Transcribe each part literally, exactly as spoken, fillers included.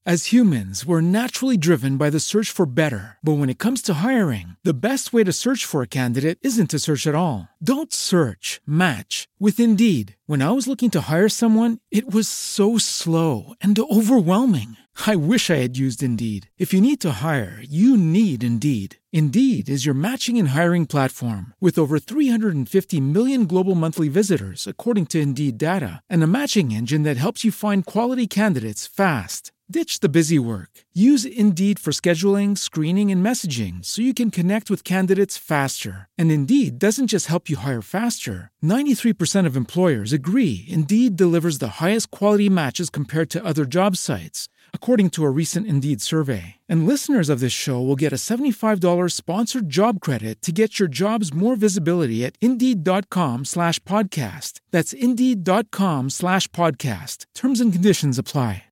As humans, we're naturally driven by the search for better. But when it comes to hiring, the best way to search for a candidate isn't to search at all. Don't search, match with Indeed. When I was looking to hire someone, it was so slow and overwhelming. I wish I had used Indeed. If you need to hire, you need Indeed. Indeed is your matching and hiring platform with over three hundred fifty million global monthly visitors, according to Indeed data, and a matching engine that helps you find quality candidates fast. Ditch the busy work. Use Indeed for scheduling, screening, and messaging so you can connect with candidates faster. And Indeed doesn't just help you hire faster. ninety-three percent of employers agree Indeed delivers the highest quality matches compared to other job sites, according to a recent Indeed survey. And listeners of this show will get a seventy-five dollars sponsored job credit to get your jobs more visibility at Indeed.com slash podcast. That's Indeed.com slash podcast. Terms and conditions apply.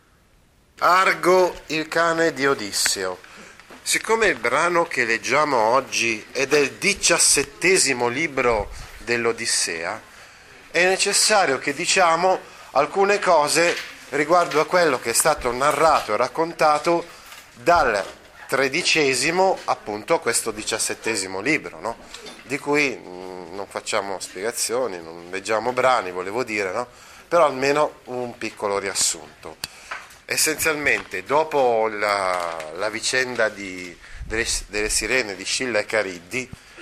Argo, il cane di Odisseo. Siccome il brano che leggiamo oggi è del diciassettesimo libro dell'Odissea, è necessario che diciamo alcune cose riguardo a quello che è stato narrato e raccontato dal tredicesimo appunto a questo diciassettesimo libro, no? Di cui mh, non facciamo spiegazioni, non leggiamo brani, volevo dire, no? Però almeno un piccolo riassunto. Essenzialmente, dopo la, la vicenda di, delle, delle sirene di Scilla e Cariddi,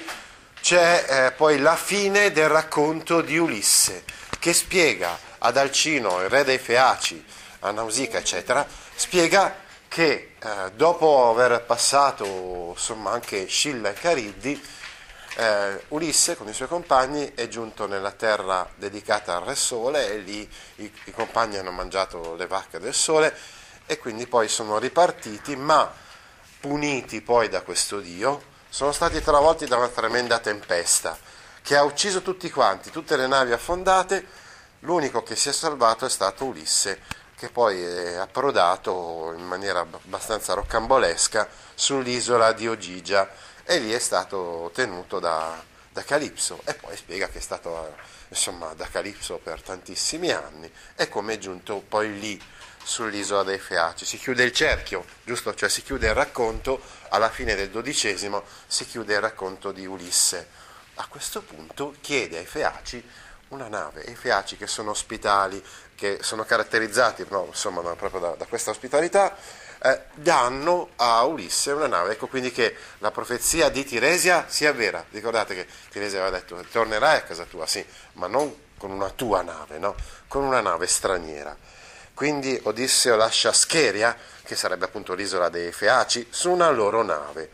c'è eh, poi la fine del racconto di Ulisse, che spiega ad Alcino, il re dei Feaci, a Nausicaa, eccetera, spiega che eh, dopo aver passato insomma anche Scilla e Cariddi, eh, Ulisse con i suoi compagni è giunto nella terra dedicata al Re Sole e lì i, i compagni hanno mangiato le vacche del Sole e quindi poi sono ripartiti, ma puniti poi da questo dio sono stati travolti da una tremenda tempesta che ha ucciso tutti quanti, tutte le navi affondate. L'unico che si è salvato è stato Ulisse, che poi è approdato in maniera abbastanza roccambolesca sull'isola di Ogygia e lì è stato tenuto da, da Calipso, e poi spiega che è stato insomma da Calipso per tantissimi anni e come è giunto poi lì sull'isola dei Feaci. Si chiude il cerchio, giusto? Cioè si chiude il racconto, alla fine del dodicesimo si chiude il racconto di Ulisse. A questo punto chiede ai Feaci una nave, e i Feaci, che sono ospitali, che sono caratterizzati no, insomma, no, proprio da, da questa ospitalità, eh, danno a Ulisse una nave. Ecco quindi che la profezia di Tiresia sia vera. Ricordate che Tiresia aveva detto tornerai a casa tua, sì, ma non con una tua nave, no? Con una nave straniera. Quindi Odisseo lascia Scheria, che sarebbe appunto l'isola dei Feaci, su una loro nave.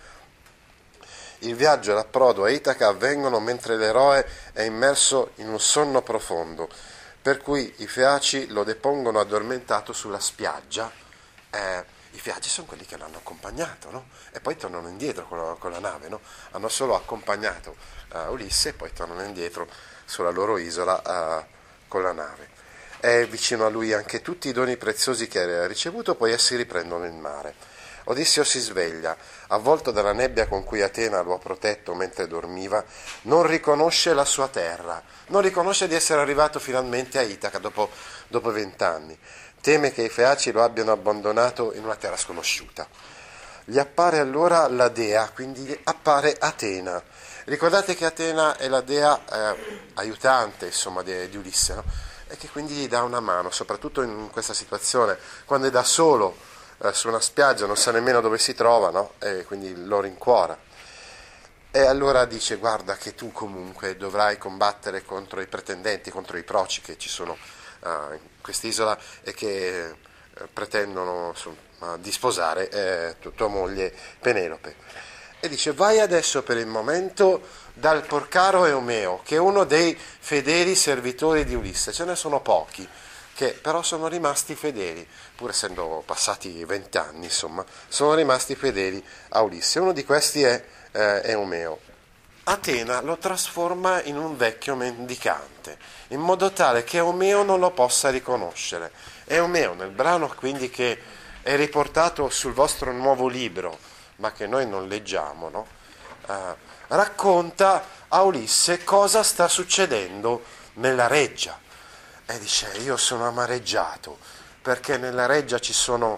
Il viaggio e l'approdo a Itaca avvengono mentre l'eroe è immerso in un sonno profondo, per cui i Feaci lo depongono addormentato sulla spiaggia. Eh, I Feaci sono quelli che l'hanno accompagnato, no? E poi tornano indietro con la, con la nave, no? Hanno solo accompagnato uh, Ulisse e poi tornano indietro sulla loro isola uh, con la nave. È vicino a lui anche tutti i doni preziosi che ha ricevuto, poi essi riprendono il mare. Odisseo si sveglia, avvolto dalla nebbia con cui Atena lo ha protetto mentre dormiva, non riconosce la sua terra, non riconosce di essere arrivato finalmente a Itaca dopo, dopo vent'anni. Teme che i Feaci lo abbiano abbandonato in una terra sconosciuta. Gli appare allora la dea, quindi appare Atena. Ricordate che Atena è la dea eh, aiutante, insomma, di, di Ulisse, no? E che quindi gli dà una mano, soprattutto in questa situazione, quando è da solo eh, su una spiaggia, non sa nemmeno dove si trova, no? E quindi lo rincuora. E allora dice: guarda che tu comunque dovrai combattere contro i pretendenti, contro i proci che ci sono uh, in quest'isola e che uh, pretendono insomma, di sposare eh, tua moglie Penelope. E dice: vai adesso per il momento dal porcaro Eumeo, che è uno dei fedeli servitori di Ulisse. Ce ne sono pochi che però sono rimasti fedeli, pur essendo passati vent'anni, insomma, sono rimasti fedeli a Ulisse. Uno di questi è eh, Eumeo. Atena lo trasforma in un vecchio mendicante, in modo tale che Eumeo non lo possa riconoscere. Eumeo, nel brano quindi che è riportato sul vostro nuovo libro, ma che noi non leggiamo, no? Uh, racconta a Ulisse cosa sta succedendo nella reggia e dice: io sono amareggiato perché nella reggia ci sono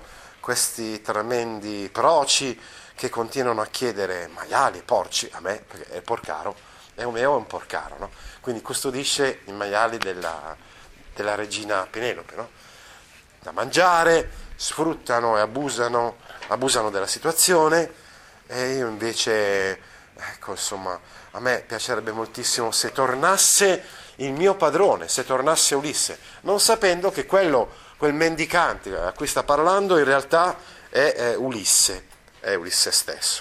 questi tremendi proci che continuano a chiedere maiali, porci, a me, perché è porcaro, Eumeo è un porcaro, no? Quindi custodisce i maiali della, della regina Penelope, no? Da mangiare, sfruttano e abusano, abusano della situazione, e io invece, ecco, insomma, a me piacerebbe moltissimo se tornasse il mio padrone, se tornasse Ulisse, non sapendo che quello, quel mendicante a cui sta parlando in realtà è, è Ulisse, è Ulisse stesso.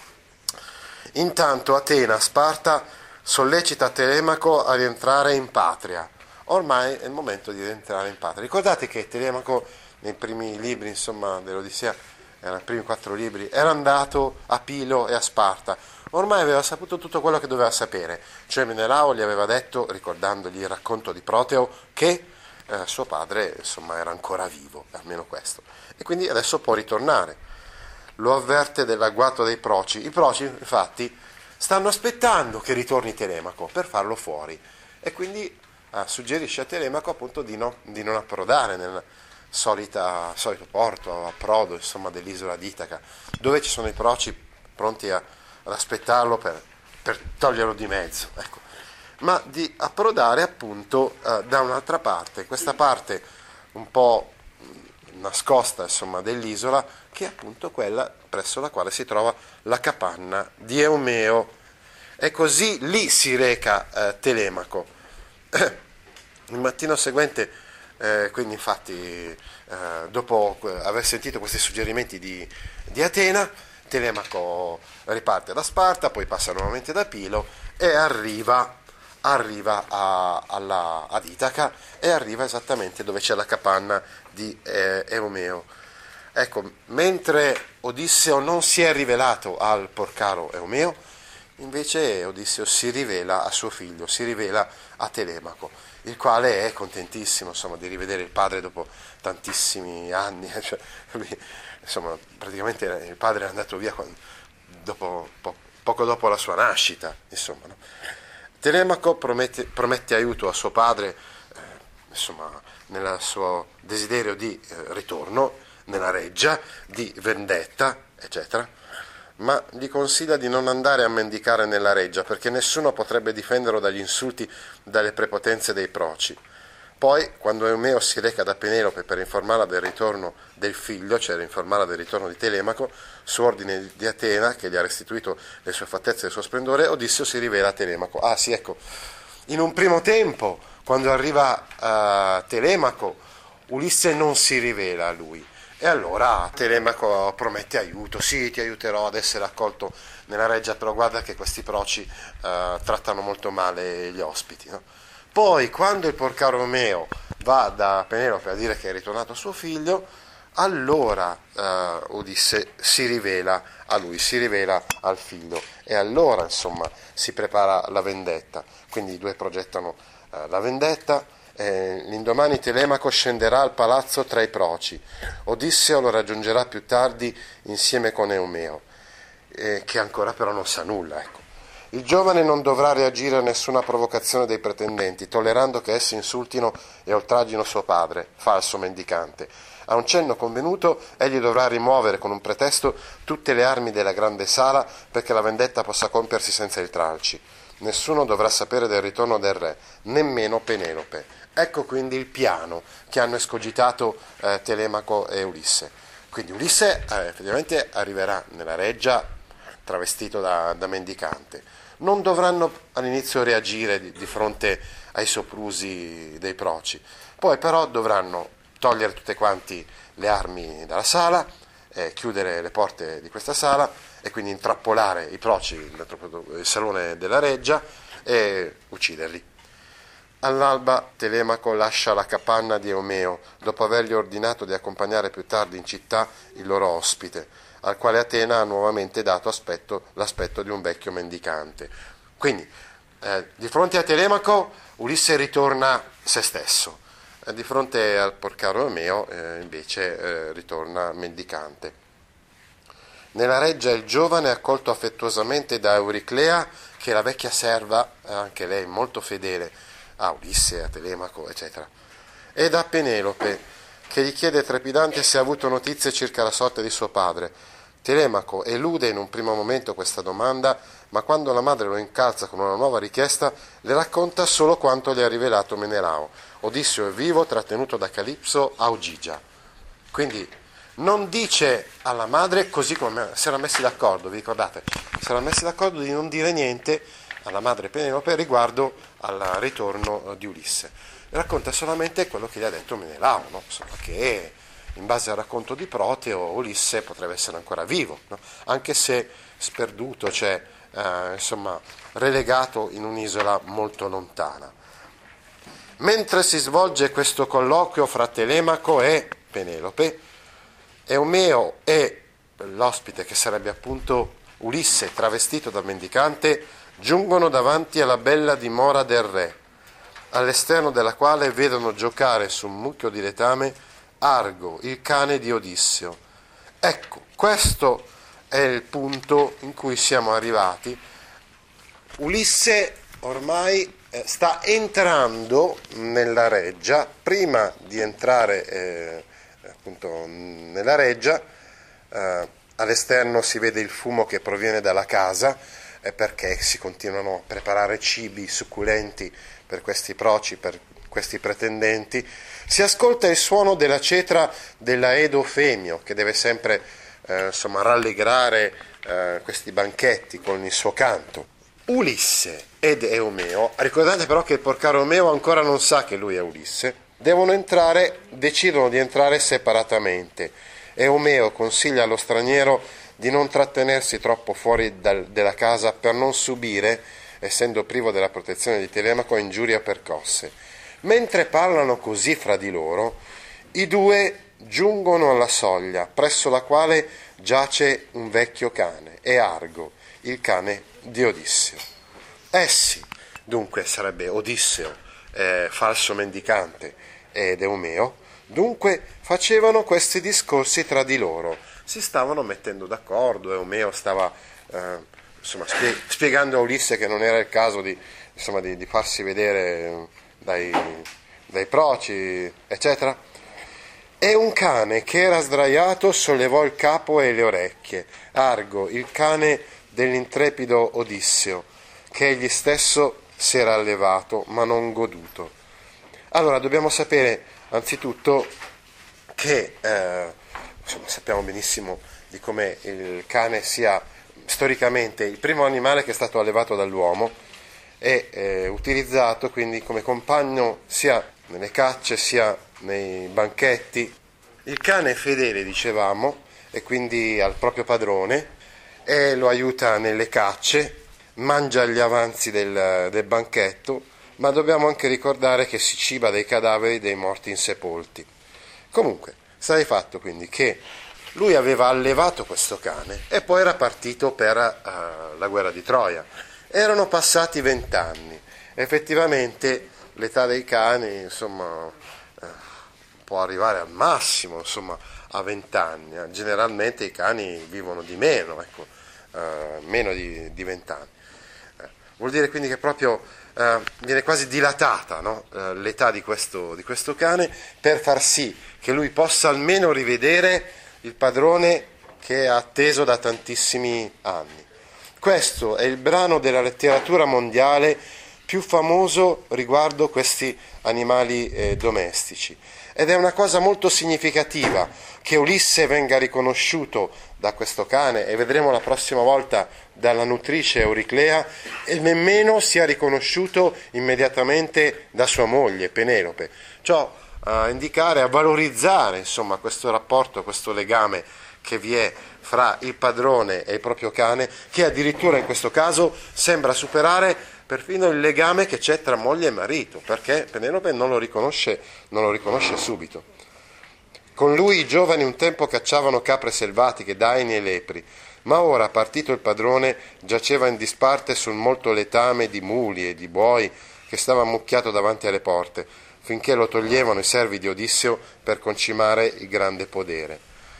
Intanto Atena, Sparta, sollecita Telemaco a rientrare in patria. Ormai è il momento di rientrare in patria. Ricordate che Telemaco nei primi libri, insomma, dell'Odissea, erano i primi quattro libri, era andato a Pilo e a Sparta. Ormai aveva saputo tutto quello che doveva sapere, cioè Menelao gli aveva detto, ricordandogli il racconto di Proteo, che eh, suo padre, insomma, era ancora vivo, almeno questo, e quindi adesso può ritornare. Lo avverte dell'agguato dei proci. I proci, infatti, stanno aspettando che ritorni Telemaco per farlo fuori, e quindi eh, suggerisce a Telemaco appunto di, no, di non approdare nel solita, solito porto, approdo, insomma, dell'isola d'Itaca, dove ci sono i proci pronti a ad aspettarlo per, per toglierlo di mezzo, ecco. Ma di approdare appunto eh, da un'altra parte, questa parte un po' nascosta, insomma, dell'isola, che è appunto quella presso la quale si trova la capanna di Eumeo, e così lì si reca eh, Telemaco. Il mattino seguente, eh, quindi infatti eh, dopo aver sentito questi suggerimenti di, di Atena, Telemaco riparte da Sparta, poi passa nuovamente da Pilo e arriva, arriva a, alla, ad Itaca, e arriva esattamente dove c'è la capanna di eh, Eumeo. Ecco, mentre Odisseo non si è rivelato al porcaro Eumeo, invece Odisseo si rivela a suo figlio, si rivela a Telemaco, il quale è contentissimo, insomma, di rivedere il padre dopo tantissimi anni. Cioè, insomma, praticamente il padre è andato via quando, dopo, po, poco dopo la sua nascita, insomma, no? Telemaco promette, promette aiuto a suo padre, eh, insomma, nel suo desiderio di eh, ritorno nella reggia, di vendetta, eccetera, ma gli consiglia di non andare a mendicare nella reggia, perché nessuno potrebbe difenderlo dagli insulti, dalle prepotenze dei proci. Poi, quando Eumeo si reca da Penelope per informarla del ritorno del figlio, cioè per informarla del ritorno di Telemaco, su ordine di Atena, che gli ha restituito le sue fattezze e il suo splendore, Odisseo si rivela a Telemaco. Ah sì, ecco, in un primo tempo, quando arriva uh, Telemaco, Ulisse non si rivela a lui, e allora Telemaco promette aiuto: sì, ti aiuterò ad essere accolto nella reggia, però guarda che questi proci uh, trattano molto male gli ospiti, no? Poi, quando il porcaro Eumeo va da Penelope a dire che è ritornato suo figlio, allora eh, Ulisse si rivela a lui, si rivela al figlio, e allora, insomma, si prepara la vendetta. Quindi i due progettano eh, la vendetta. Eh, l'indomani Telemaco scenderà al palazzo tra i proci. Odisseo lo raggiungerà più tardi insieme con Eumeo, eh, che ancora però non sa nulla, ecco. Il giovane non dovrà reagire a nessuna provocazione dei pretendenti, tollerando che essi insultino e oltraggino suo padre, falso mendicante. A un cenno convenuto, egli dovrà rimuovere con un pretesto tutte le armi della grande sala, perché la vendetta possa compiersi senza intralci. Nessuno dovrà sapere del ritorno del re, nemmeno Penelope. Ecco quindi il piano che hanno escogitato eh, Telemaco e Ulisse. Quindi Ulisse eh, effettivamente arriverà nella reggia travestito da, da mendicante. Non dovranno all'inizio reagire di, di fronte ai soprusi dei proci, poi però dovranno togliere tutte quanti le armi dalla sala, eh, chiudere le porte di questa sala e quindi intrappolare i proci nel salone della reggia e ucciderli. All'alba Telemaco lascia la capanna di Eumeo, dopo avergli ordinato di accompagnare più tardi in città il loro ospite, al quale Atena ha nuovamente dato aspetto, l'aspetto di un vecchio mendicante. Quindi, eh, di fronte a Telemaco, Ulisse ritorna se stesso, eh, di fronte al porcaro Eumeo, eh, invece, eh, ritorna mendicante. Nella reggia il giovane è accolto affettuosamente da Euriclea, che è la vecchia serva, anche lei molto fedele a Ulisse, a Telemaco, eccetera, e da Penelope, che gli chiede trepidante se ha avuto notizie circa la sorte di suo padre. Telemaco elude in un primo momento questa domanda, ma quando la madre lo incalza con una nuova richiesta, le racconta solo quanto le ha rivelato Menelao. Odisseo è vivo, trattenuto da Calipso a Ogygia. Quindi non dice alla madre, così come si erano messi d'accordo, vi ricordate? Si erano messi d'accordo di non dire niente alla madre Penelope riguardo al ritorno di Ulisse. Racconta solamente quello che gli ha detto Menelao, no? Insomma, che in base al racconto di Proteo Ulisse potrebbe essere ancora vivo, no? Anche se sperduto, cioè eh, insomma relegato in un'isola molto lontana. Mentre si svolge questo colloquio fra Telemaco e Penelope, Eumeo e l'ospite, che sarebbe appunto Ulisse travestito da mendicante, giungono davanti alla bella dimora del re, all'esterno della quale vedono giocare su un mucchio di letame Argo, il cane di Odisseo. Ecco, questo è il punto in cui siamo arrivati. Ulisse ormai eh, sta entrando nella reggia. Prima di entrare eh, appunto nella reggia, eh, all'esterno si vede il fumo che proviene dalla casa, eh, perché si continuano a preparare cibi succulenti per questi proci, per questi pretendenti. Si ascolta il suono della cetra dell'Aedo Femio, che deve sempre eh, insomma rallegrare eh, questi banchetti con il suo canto. Ulisse ed Eumeo, ricordate però che il porcaro Eumeo ancora non sa che lui è Ulisse, devono entrare, decidono di entrare separatamente. Eumeo consiglia allo straniero di non trattenersi troppo fuori dal, della casa per non subire, essendo privo della protezione di Telemaco, ingiurie o percosse. Mentre parlano così fra di loro, i due giungono alla soglia, presso la quale giace un vecchio cane, e Argo, il cane di Odisseo. Essi, dunque sarebbe Odisseo, eh, falso mendicante, ed Eumeo, dunque facevano questi discorsi tra di loro, si stavano mettendo d'accordo. Eumeo stava eh, insomma, spie- spiegando a Ulisse che non era il caso di, insomma, di, di farsi vedere dai, dai proci, eccetera. E un cane che era sdraiato sollevò il capo e le orecchie, Argo, il cane dell'intrepido Odisseo, che egli stesso si era allevato ma non goduto. Allora dobbiamo sapere anzitutto che eh, insomma, sappiamo benissimo di come il cane sia storicamente il primo animale che è stato allevato dall'uomo e eh, utilizzato quindi come compagno sia nelle cacce sia nei banchetti. Il cane è fedele, dicevamo, e quindi al proprio padrone, e lo aiuta nelle cacce, mangia gli avanzi del, del banchetto, ma dobbiamo anche ricordare che si ciba dei cadaveri dei morti insepolti. Comunque, sta di fatto quindi che lui aveva allevato questo cane e poi era partito per uh, la guerra di Troia. Erano passati vent'anni. Effettivamente l'età dei cani, insomma, uh, può arrivare al massimo, insomma, a vent'anni. Generalmente i cani vivono di meno, ecco, uh, meno di, di vent'anni. Uh, vuol dire quindi che proprio Uh, viene quasi dilatata, no? uh, l'età di questo, di questo cane, per far sì che lui possa almeno rivedere il padrone che è atteso da tantissimi anni. Questo è il brano della letteratura mondiale più famoso riguardo questi animali eh, domestici, ed è una cosa molto significativa che Ulisse venga riconosciuto da questo cane, e vedremo la prossima volta dalla nutrice Euriclea, e nemmeno sia riconosciuto immediatamente da sua moglie Penelope. Ciò a indicare, a valorizzare insomma questo rapporto, questo legame che vi è fra il padrone e il proprio cane, che addirittura in questo caso sembra superare perfino il legame che c'è tra moglie e marito, perché Penelope non lo riconosce, non lo riconosce subito. Con lui i giovani un tempo cacciavano capre selvatiche, daini e lepri, ma ora, partito il padrone, giaceva in disparte sul molto letame di muli e di buoi che stava ammucchiato davanti alle porte, finché lo toglievano i servi di Odisseo per concimare il grande podere.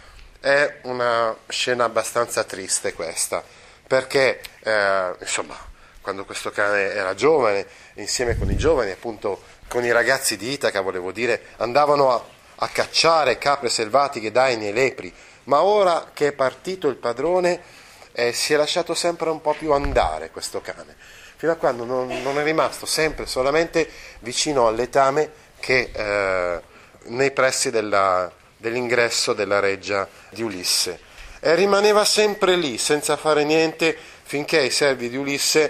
È una scena abbastanza triste questa, perché eh, insomma, quando questo cane era giovane, insieme con i giovani, appunto con i ragazzi di Itaca, volevo dire, andavano a a cacciare capre selvatiche, daini e lepri, ma ora che è partito il padrone eh, si è lasciato sempre un po' più andare questo cane, fino a quando non, non è rimasto sempre solamente vicino al letame che eh, nei pressi della, dell'ingresso della reggia di Ulisse, e rimaneva sempre lì senza fare niente finché i servi di Ulisse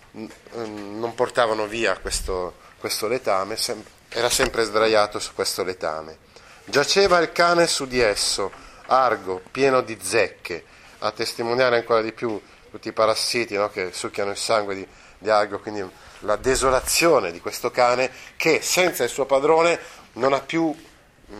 non portavano via questo, questo letame. Era sempre sdraiato su questo letame. Giaceva il cane su di esso, argo, pieno di zecche, a testimoniare ancora di più tutti i parassiti, no, che succhiano il sangue di, di Argo, quindi la desolazione di questo cane che senza il suo padrone non ha più mh,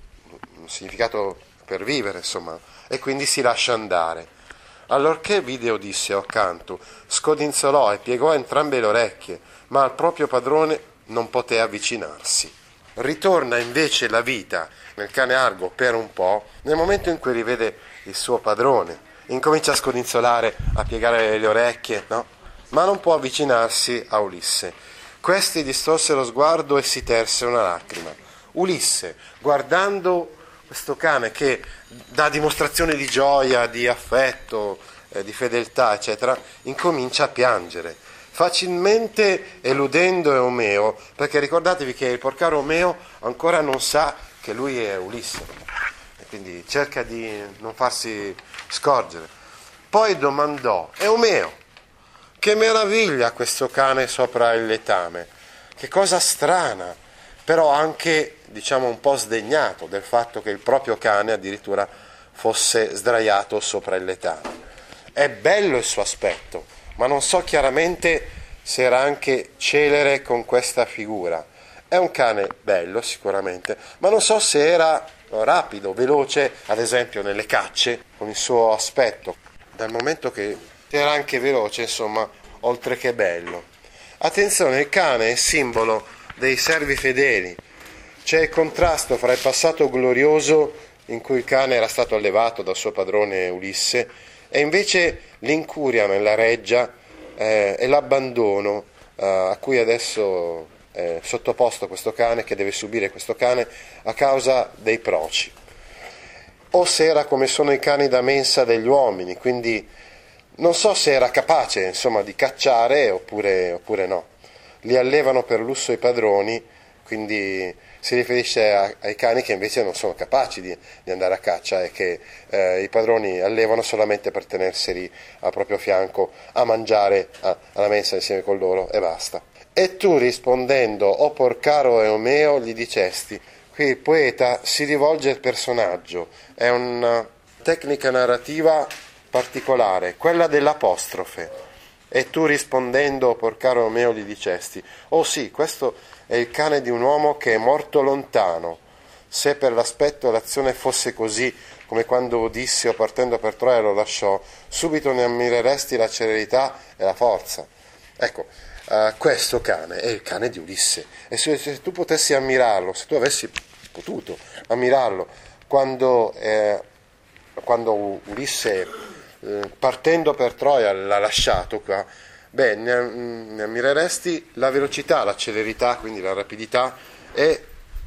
un significato per vivere, insomma, e quindi si lascia andare. Allorché vide Odisseo accanto, scodinzolò e piegò entrambe le orecchie, ma al proprio padrone non poté avvicinarsi. Ritorna invece la vita nel cane Argo per un po', nel momento in cui rivede il suo padrone, incomincia a scodinzolare, a piegare le orecchie, no? Ma non può avvicinarsi a Ulisse. Questi distolse lo sguardo e si terse una lacrima. Ulisse, guardando questo cane che dà dimostrazione di gioia, di affetto, eh, di fedeltà, eccetera, incomincia a piangere, facilmente eludendo Eumeo, perché ricordatevi che il porcaro Eumeo ancora non sa che lui è Ulisse, e quindi cerca di non farsi scorgere. Poi domandò: Eumeo, che meraviglia questo cane sopra il letame, che cosa strana, però anche, diciamo, un po' sdegnato del fatto che il proprio cane addirittura fosse sdraiato sopra il letame. È bello il suo aspetto, ma non so chiaramente se era anche celere con questa figura. È un cane bello sicuramente, ma non so se era rapido, veloce, ad esempio nelle cacce, con il suo aspetto. Dal momento che era anche veloce, insomma, oltre che bello. Attenzione, il cane è simbolo dei servi fedeli. C'è il contrasto fra il passato glorioso in cui il cane era stato allevato dal suo padrone Ulisse e invece l'incuria nella reggia eh, e l'abbandono eh, a cui adesso è sottoposto questo cane, che deve subire questo cane a causa dei proci. O se era come sono i cani da mensa degli uomini, quindi non so se era capace, insomma, di cacciare oppure, oppure no. Li allevano per lusso i padroni, quindi si riferisce a, ai cani che invece non sono capaci di, di andare a caccia e che eh, i padroni allevano solamente per tenerseli al proprio fianco a mangiare a, alla mensa insieme con loro e basta. E tu, rispondendo, o porcaro Eumeo, gli dicesti. Qui il poeta si rivolge al personaggio, è una tecnica narrativa particolare, quella dell'apostrofe. E tu, rispondendo, porcaro Eumeo, gli dicesti: oh sì, questo è il cane di un uomo che è morto lontano. Se per l'aspetto e l'azione fosse così, come quando Odisseo partendo per Troia lo lasciò, subito ne ammireresti la celerità e la forza. Ecco, uh, questo cane è il cane di Ulisse, e se, se tu potessi ammirarlo, se tu avessi potuto ammirarlo quando, eh, quando Ulisse eh, partendo per Troia l'ha lasciato qua, beh, ne, ne ammireresti la velocità, la celerità, quindi la rapidità e,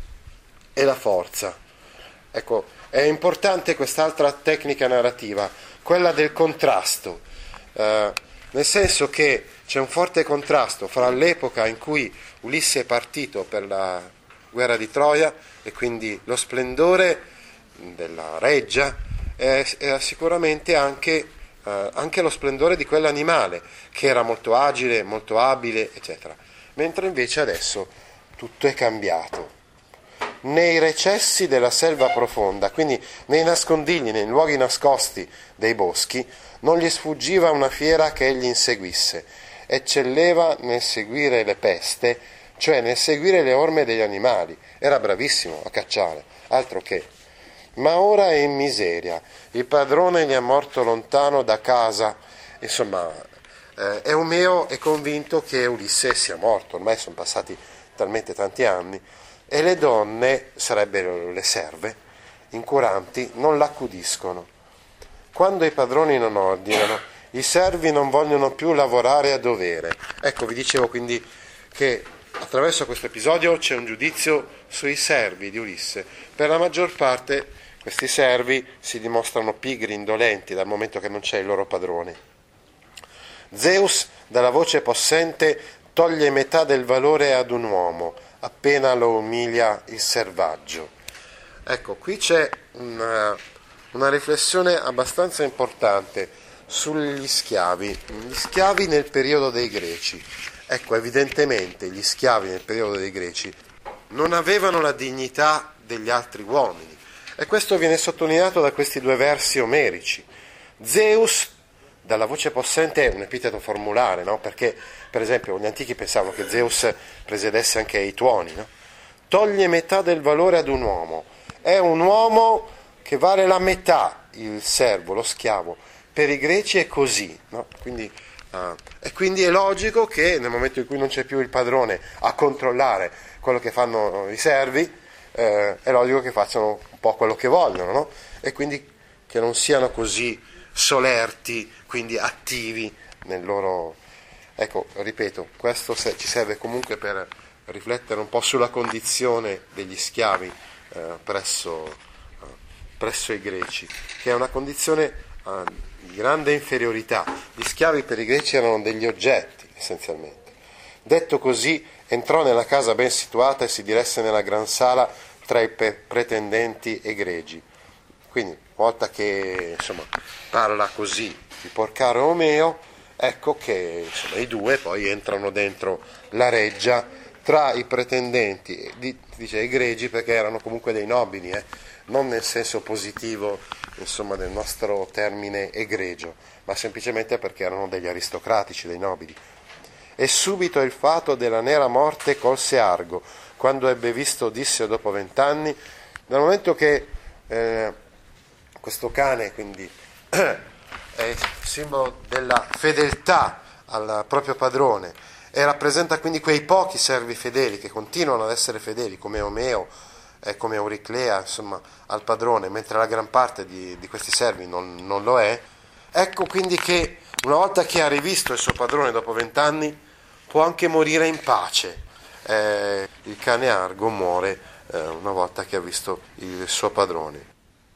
e la forza. Ecco, è importante quest'altra tecnica narrativa, quella del contrasto, eh, nel senso che c'è un forte contrasto fra l'epoca in cui Ulisse è partito per la guerra di Troia e quindi lo splendore della reggia e, e sicuramente anche, eh, anche lo splendore di quell'animale che era molto agile, molto abile, eccetera. Mentre invece adesso tutto è cambiato. Nei recessi della selva profonda, quindi nei nascondigli, nei luoghi nascosti dei boschi, non gli sfuggiva una fiera che egli inseguisse. Eccelleva nel seguire le peste, cioè nel seguire le orme degli animali. Era bravissimo a cacciare, altro che. Ma ora è in miseria, il padrone gli è morto lontano da casa. Insomma, eh, Eumeo è convinto che Ulisse sia morto, ormai sono passati talmente tanti anni, e le donne, sarebbero le serve, incuranti, non l'accudiscono. Quando i padroni non ordinano, i servi non vogliono più lavorare a dovere. Ecco, vi dicevo quindi che attraverso questo episodio c'è un giudizio sui servi di Ulisse. Per la maggior parte questi servi si dimostrano pigri, indolenti, dal momento che non c'è il loro padrone. Zeus, dalla voce possente, toglie metà del valore ad un uomo, appena lo umilia il selvaggio. Ecco, qui c'è una, una riflessione abbastanza importante sugli schiavi, gli schiavi nel periodo dei Greci. Ecco, evidentemente gli schiavi nel periodo dei Greci non avevano la dignità degli altri uomini, e questo viene sottolineato da questi due versi omerici. Zeus, dalla voce possente, è un epiteto formulare, no? Perché, per esempio, gli antichi pensavano che Zeus presiedesse anche i tuoni, no? Toglie metà del valore ad un uomo. È un uomo che vale la metà, il servo, lo schiavo. Per i greci è così, no? Quindi, uh, e quindi è logico che nel momento in cui non c'è più il padrone a controllare quello che fanno i servi, eh, è logico che facciano un po' quello che vogliono, no? E quindi che non siano così solerti, quindi attivi nel loro... Ecco, ripeto, questo se, ci serve comunque per riflettere un po' sulla condizione degli schiavi eh, presso, eh, presso i greci, che è una condizione eh, di grande inferiorità. Gli schiavi per i greci erano degli oggetti, essenzialmente. Detto così, entrò nella casa ben situata e si diresse nella gran sala tra i pe- pretendenti egregi. Quindi, una volta che insomma, parla così il porcaro Omeo, ecco che insomma, i due poi entrano dentro la reggia tra i pretendenti, dice egregi perché erano comunque dei nobili, eh? Non nel senso positivo insomma, del nostro termine egregio, ma semplicemente perché erano degli aristocratici, dei nobili. E subito il fato della nera morte colse Argo, quando ebbe visto Odisseo dopo vent'anni, dal momento che eh, questo cane quindi è il simbolo della fedeltà al proprio padrone e rappresenta quindi quei pochi servi fedeli che continuano ad essere fedeli come Omeo e come Euriclea insomma, al padrone, mentre la gran parte di, di questi servi non, non lo è. Ecco quindi che una volta che ha rivisto il suo padrone dopo vent'anni può anche morire in pace. Eh, il cane Argo muore eh, una volta che ha visto il suo padrone.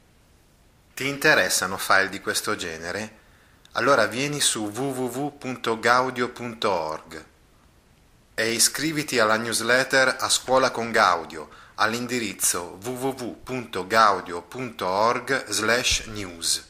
Ti interessano file di questo genere? Allora vieni su w w w punto gaudio punto org e iscriviti alla newsletter A Scuola con Gaudio all'indirizzo w w w punto gaudio punto org slash news.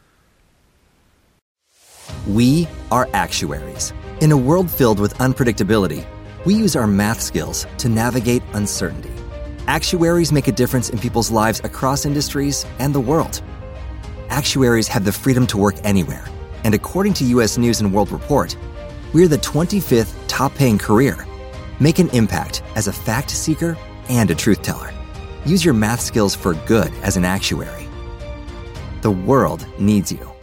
We are actuaries. In a world filled with unpredictability, we use our math skills to navigate uncertainty. Actuaries make a difference in people's lives across industries and the world. Actuaries have the freedom to work anywhere, and according to U S News and World Report, we're the twenty-fifth top-paying career. Make an impact as a fact seeker and a truth teller. Use your math skills for good as an actuary. The world needs you.